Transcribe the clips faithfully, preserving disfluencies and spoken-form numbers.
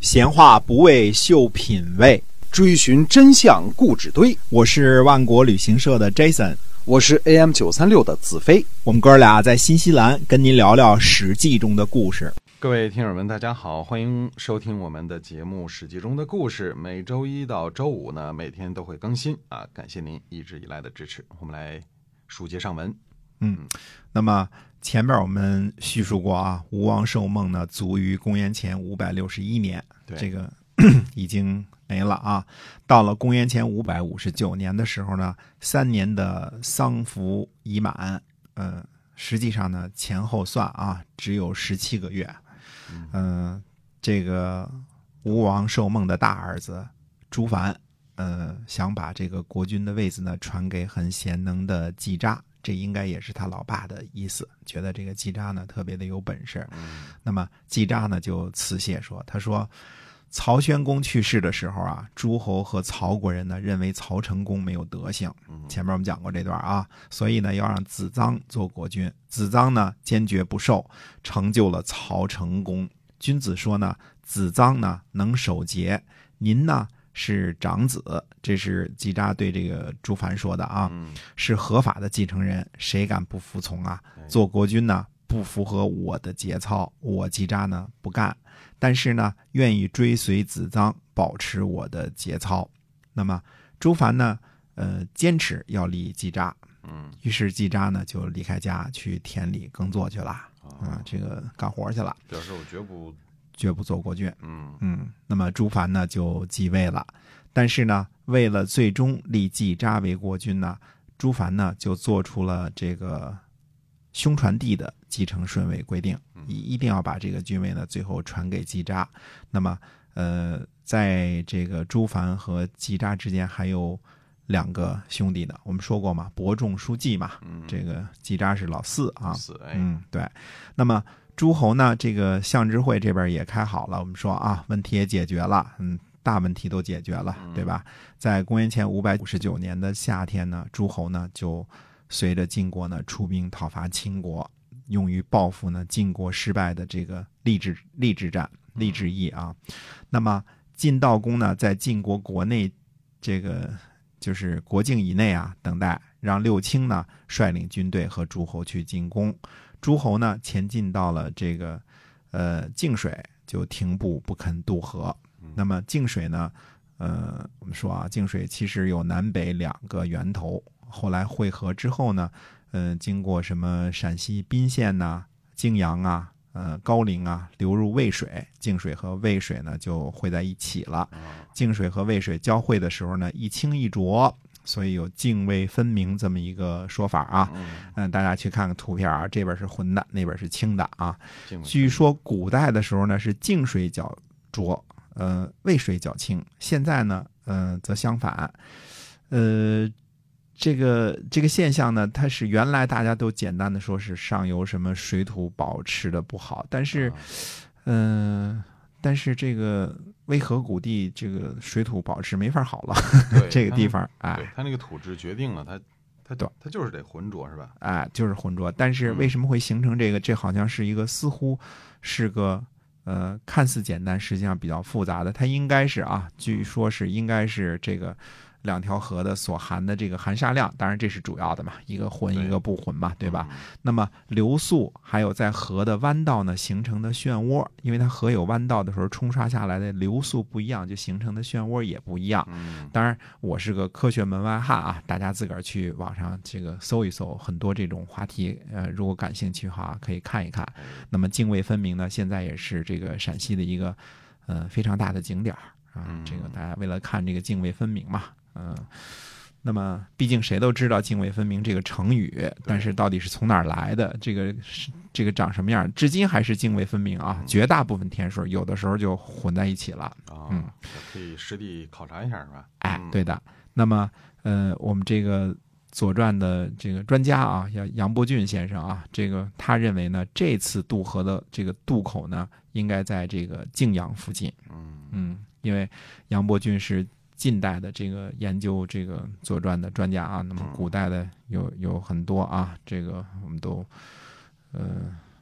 闲话不为秀品味， 追寻真相故纸堆。 我是万国旅行社的 Jason， 我是 A M 九三六 的子飞。 我们哥俩在新西兰跟您聊聊史记中的故事。 各位听友们大家好，欢迎收听我们的节目《史记中的故事》，每周一到周五呢，每天都会更新啊！感谢您一直以来的支持。我们来书接上文。 嗯，那么前面我们叙述过啊，吴王寿梦呢，卒于公元前五百六十一年，这个已经没了啊。到了公元前五百五十九年的时候呢，三年的丧服已满，呃，实际上呢前后算啊，只有十七个月。嗯、呃，这个吴王寿梦的大儿子朱凡，呃，想把这个国君的位子呢传给很贤能的季札。这应该也是他老爸的意思，觉得这个季札呢特别的有本事。嗯、那么季札呢就辞谢说，他说曹宣公去世的时候啊，诸侯和曹国人呢认为曹成公没有德行，前面我们讲过这段啊，所以呢要让子臧做国君。子臧呢坚决不受，成就了曹成公。君子说呢，子臧呢能守节，您呢是长子，这是季札对这个朱凡说的啊，是合法的继承人，谁敢不服从啊？做国君呢不符合我的节操，我季札呢不干，但是呢愿意追随子臧，保持我的节操。那么朱凡呢呃坚持要立季札，嗯，于是季札呢就离开家去田里耕作去了，啊、呃，这个干活去了， 表示我绝不绝不做国君。 嗯嗯，那么朱凡呢就继位了，但是呢，为了最终立季札为国君呢，朱凡呢就做出了这个兄传弟的继承顺位规定，一定要把这个君位呢最后传给季札。那么，呃，在这个朱凡和季札之间还有两个兄弟呢，我们说过嘛，伯仲叔季嘛，这个季札是老四啊，嗯，对，那么。诸侯呢，这个相知会这边也开好了，我们说啊，问题也解决了，嗯，大问题都解决了，对吧？在公元前五百五十九年的夏天呢，诸侯呢就随着晋国呢出兵讨伐秦国，用于报复呢晋国失败的这个郦之郦之战、郦之役啊。那么晋悼公呢，在晋国国内这个就是国境以内啊等待，让六卿呢率领军队和诸侯去进攻。诸侯呢前进到了这个呃泾水，就停步不肯渡河。那么泾水呢，呃，我们说啊，泾水其实有南北两个源头，后来汇合之后呢，呃，经过什么陕西宾县呐、泾阳啊、呃高陵啊，流入渭水，泾水和渭水呢就汇在一起了。泾水和渭水交汇的时候呢，一清一浊。所以有泾渭分明这么一个说法啊，嗯，大家去看看图片啊，这边是浑的，那边是清的啊。据说古代的时候呢是泾水较浊，呃，渭水较清，现在呢，呃，则相反。呃，这个这个现象呢，它是原来大家都简单的说是上游什么水土保持的不好，但是，嗯、呃。但是这个渭河谷地这个水土保持没法好了，这个地方哎， 对，它那个土质决定了它它对它就是得浑浊是吧？ 哎，就是浑浊。但是为什么会形成这个？嗯、这好像是一个似乎是个呃看似简单，实际上比较复杂的。它应该是啊，据说是应该是这个。两条河的所含的这个含沙量，当然这是主要的嘛，一个浑一个不浑嘛，对吧？嗯、那么流速还有在河的弯道呢形成的漩涡，因为它河有弯道的时候冲刷下来的流速不一样，就形成的漩涡也不一样。嗯、当然我是个科学门外汉啊，大家自个儿去网上这个搜一搜，很多这种话题，呃，如果感兴趣的话可以看一看。那么泾渭分明呢，现在也是这个陕西的一个呃非常大的景点啊，嗯、这个大家为了看这个泾渭分明嘛。嗯，那么毕竟谁都知道泾渭分明这个成语，但是到底是从哪儿来的，这个这个长什么样，至今还是泾渭分明啊。绝大部分天数有的时候就混在一起了。 嗯，可以实地考察一下是吧？ 哎，对的。那么呃，我们这个《左传》的这个专家啊，叫杨伯峻先生啊，这个他认为呢，这次渡河的这个渡口呢，应该在这个泾阳附近。嗯嗯，因为杨伯峻是。近代的这个研究这个《左传》的专家啊，那么古代的有有很多啊，这个我们都呃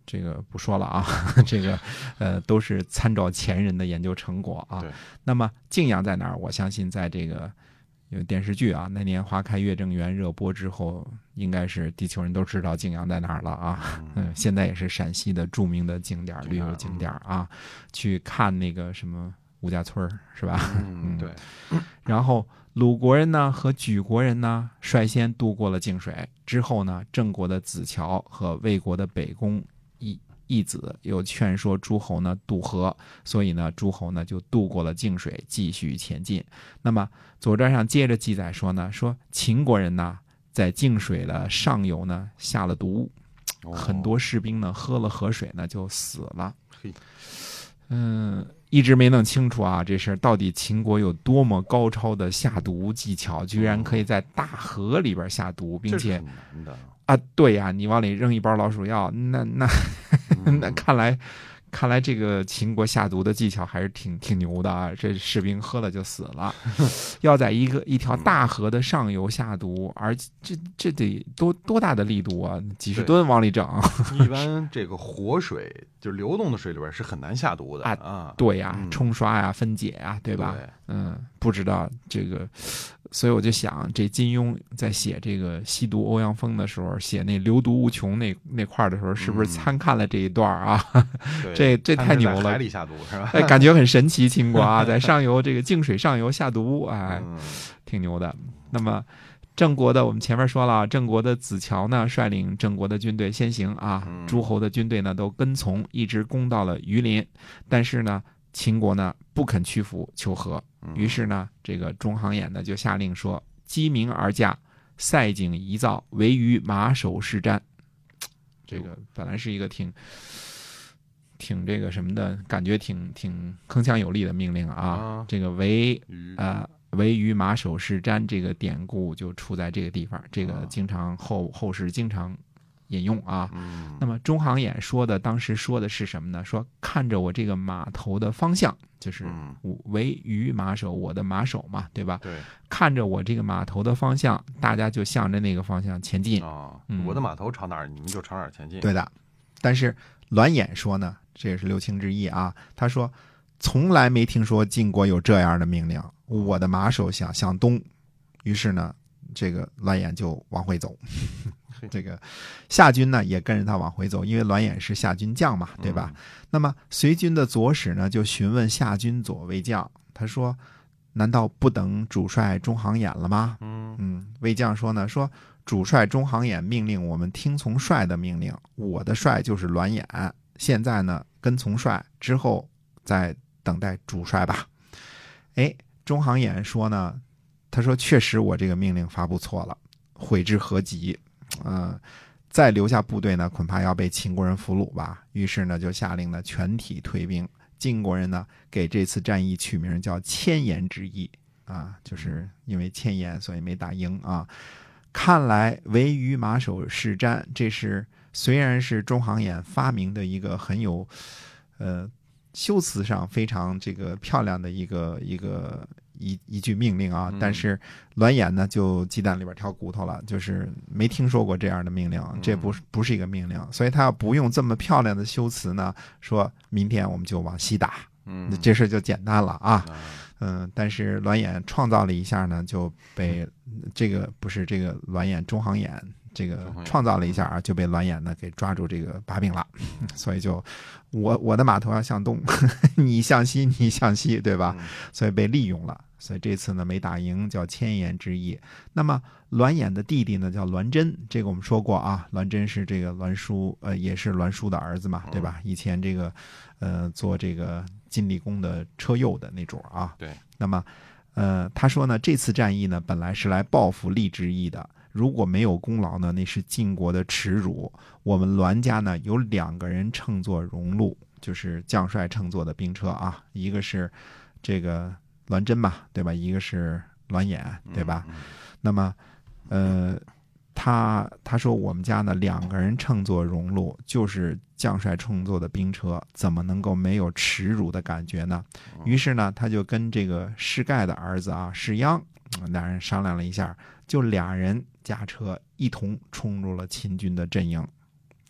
这个不说了啊，这个呃都是参照前人的研究成果啊。那么泾阳在哪儿？我相信在这个有电视剧啊，那年花开月正圆热播之后，应该是地球人都知道泾阳在哪儿了啊。嗯，现在也是陕西的著名的景点、旅游景点啊，去看那个什么吴家村是吧？ 嗯，对。 然后鲁国人呢和莒国人呢率先渡过了泾水，之后呢，郑国的子乔和魏国的北宫义义子又劝说诸侯呢渡河，所以呢，诸侯呢就渡过了泾水，继续前进。那么《左传》上接着记载说呢，说秦国人呢在泾水的上游呢下了毒，很多士兵呢喝了河水呢就死了。嗯，一直没弄清楚啊，这事儿到底秦国有多么高超的下毒技巧，居然可以在大河里边下毒，并且啊，对呀、啊，你往里扔一包老鼠药，那那那看来。看来这个秦国下毒的技巧还是挺挺牛的啊！这士兵喝了就死了，要在一个一条大河的上游下毒，而这这得多多大的力度啊！几十吨往里整。 一般这个活水就是流动的水里边是很难下毒的啊。 啊对呀、啊，嗯、冲刷呀、分解呀，对吧？ 对嗯，不知道这个。所以我就想，这金庸在写这个西毒欧阳锋的时候，写那流毒无穷那那块的时候，是不是参看了这一段啊？这这太牛了！ 海里下毒是吧？ 哎，感觉很神奇，秦国啊，在上游这个泾水上游下毒，哎，挺牛的。那么郑国的，我们前面说了，郑国的子乔呢，率领郑国的军队先行啊，诸侯的军队呢都跟从，一直攻到了榆林，但是呢，秦国呢不肯屈服求和。于是呢，这个中行衍呢就下令说：“击鸣而驾，塞井遗造，围于马首是瞻。”这个本来是一个挺挺这个什么的感觉，挺挺铿锵有力的命令啊。啊这个围啊围于马首是瞻这个典故就出在这个地方，这个经常后后世经常引用啊。 嗯、 那么中行衍说的当时说的是什么呢？说看着我这个码头的方向。就是围于马首，我的马首嘛，对吧？ 对， 看着我这个码头的方向，大家就向着那个方向前进。 哦，我的码头朝哪儿，你们就朝哪儿前进。 对的。但是栾衍说呢，这也是六卿之一啊。他说，从来没听说晋国有这样的命令，我的马首想向东。于是呢，这个栾衍就往回走。这个夏军呢也跟着他往回走，因为栾衍是夏军将嘛，对吧？嗯、那么随军的左使呢就询问夏军左卫将，他说：“难道不等主帅中行衍了吗？” 嗯嗯，卫将说呢，说主帅中行衍命令我们听从帅的命令，我的帅就是栾衍，现在呢跟从帅，之后再等待主帅吧。哎，中行衍说呢，他说确实我这个命令发布错了，悔之何及。嗯，再留下部队呢，恐怕要被秦国人俘虏吧。于是呢，就下令呢全体退兵。晋国人呢，给这次战役取名叫千言之役啊，就是因为千言，所以没打赢啊。看来围于马首是瞻，这是虽然是中行衍发明的一个很有呃修辞上非常这个漂亮的一个一个。一一句命令啊，但是栾衍呢就鸡蛋里边挑骨头了，就是没听说过这样的命令，这不是不是一个命令，所以他要不用这么漂亮的修辞呢，说明天我们就往西打， 嗯， 这事就简单了啊，嗯，但是栾衍创造了一下呢，就被这个不是这个栾衍中行衍。这个创造了一下啊，就被栾衍呢给抓住这个把柄了，所以就我我的码头要向东，你向西，你向西，对吧？所以被利用了，所以这次呢没打赢，叫千言之役。那么栾衍的弟弟呢叫栾真，这个我们说过啊，栾真是这个栾书呃也是栾书的儿子嘛，对吧？以前这个呃做这个晋厉公的车右的那种啊。 对。 那么呃他说呢，这次战役呢本来是来报复厉之役的。如果没有功劳呢，那是晋国的耻辱。我们栾家呢有两个人乘坐荣禄，就是将帅乘坐的兵车啊，一个是这个栾真嘛，对吧？一个是栾衍，对吧？ 嗯嗯、 那么，呃，他他说我们家呢两个人乘坐荣禄，就是将帅乘坐的兵车，怎么能够没有耻辱的感觉呢？于是呢，他就跟这个士盖的儿子啊士鞅，两人商量了一下，就俩人驾车一同冲入了秦军的阵营。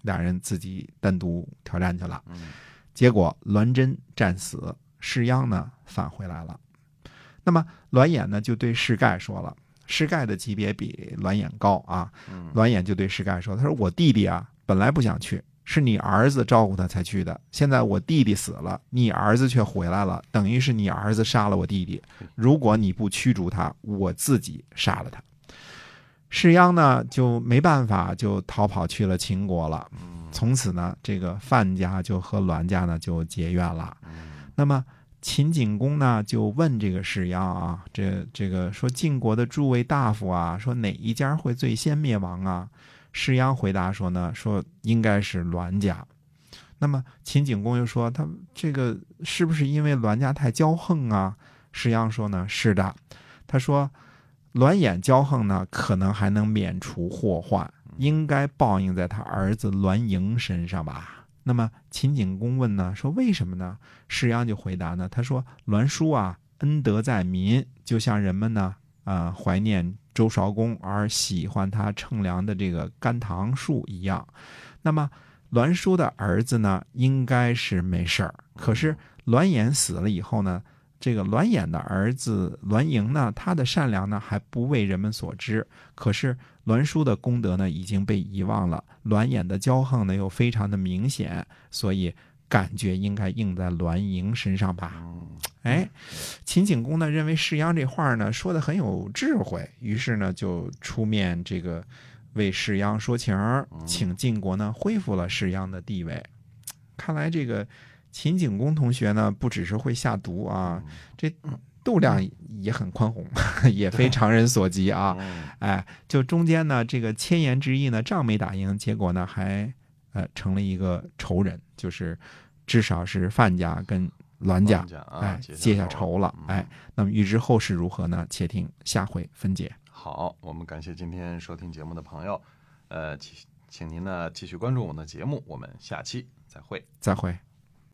俩人自己单独挑战去了。 嗯， 结果栾真战死，士鞅呢返回来了。那么栾衍呢就对士盖说了，士盖的级别比栾衍高啊。栾衍就对士盖说，他说我弟弟啊本来不想去，是你儿子照顾他才去的，现在我弟弟死了，你儿子却回来了，等于是你儿子杀了我弟弟，如果你不驱逐他，我自己杀了他。士鞅呢就没办法，就逃跑去了秦国了。从此呢这个范家就和栾家呢就结怨了。那么秦景公呢就问这个士鞅啊，这这个说晋国的诸位大夫啊，说哪一家会最先灭亡啊？士鞅回答说呢，说应该是栾家。那么秦景公又说，他这个是不是因为栾家太骄横啊？士鞅说呢，是的。他说栾衍骄横呢，可能还能免除祸患，应该报应在他儿子栾盈身上吧。那么秦景公问呢，说为什么呢？士鞅就回答呢，他说栾书啊，恩德在民，就像人们呢，呃，怀念周韶公而喜欢他乘凉的这个甘棠树一样。那么栾书的儿子呢，应该是没事儿，可是栾衍死了以后呢，这个栾衍的儿子栾盈呢，他的善良呢还不为人们所知，可是栾书的功德呢已经被遗忘了，栾衍的骄横呢又非常的明显，所以感觉应该应在栾盈身上吧。哎，秦景公呢认为士鞅这话呢说的很有智慧，于是呢就出面这个为士鞅说情，请晋国呢恢复了士鞅的地位。看来这个秦景公同学呢不只是会下毒啊，这度量也很宽宏，也非常人所及啊。哎，就中间呢这个千言之意呢仗没打赢，结果呢还呃成了一个仇人，就是至少是范家跟栾家哎结下仇了。哎，那么预知后事如何呢？且听下回分解。 好，我们感谢今天收听节目的朋友，呃，请您呢继续关注我们的节目，我们下期再会。 再会。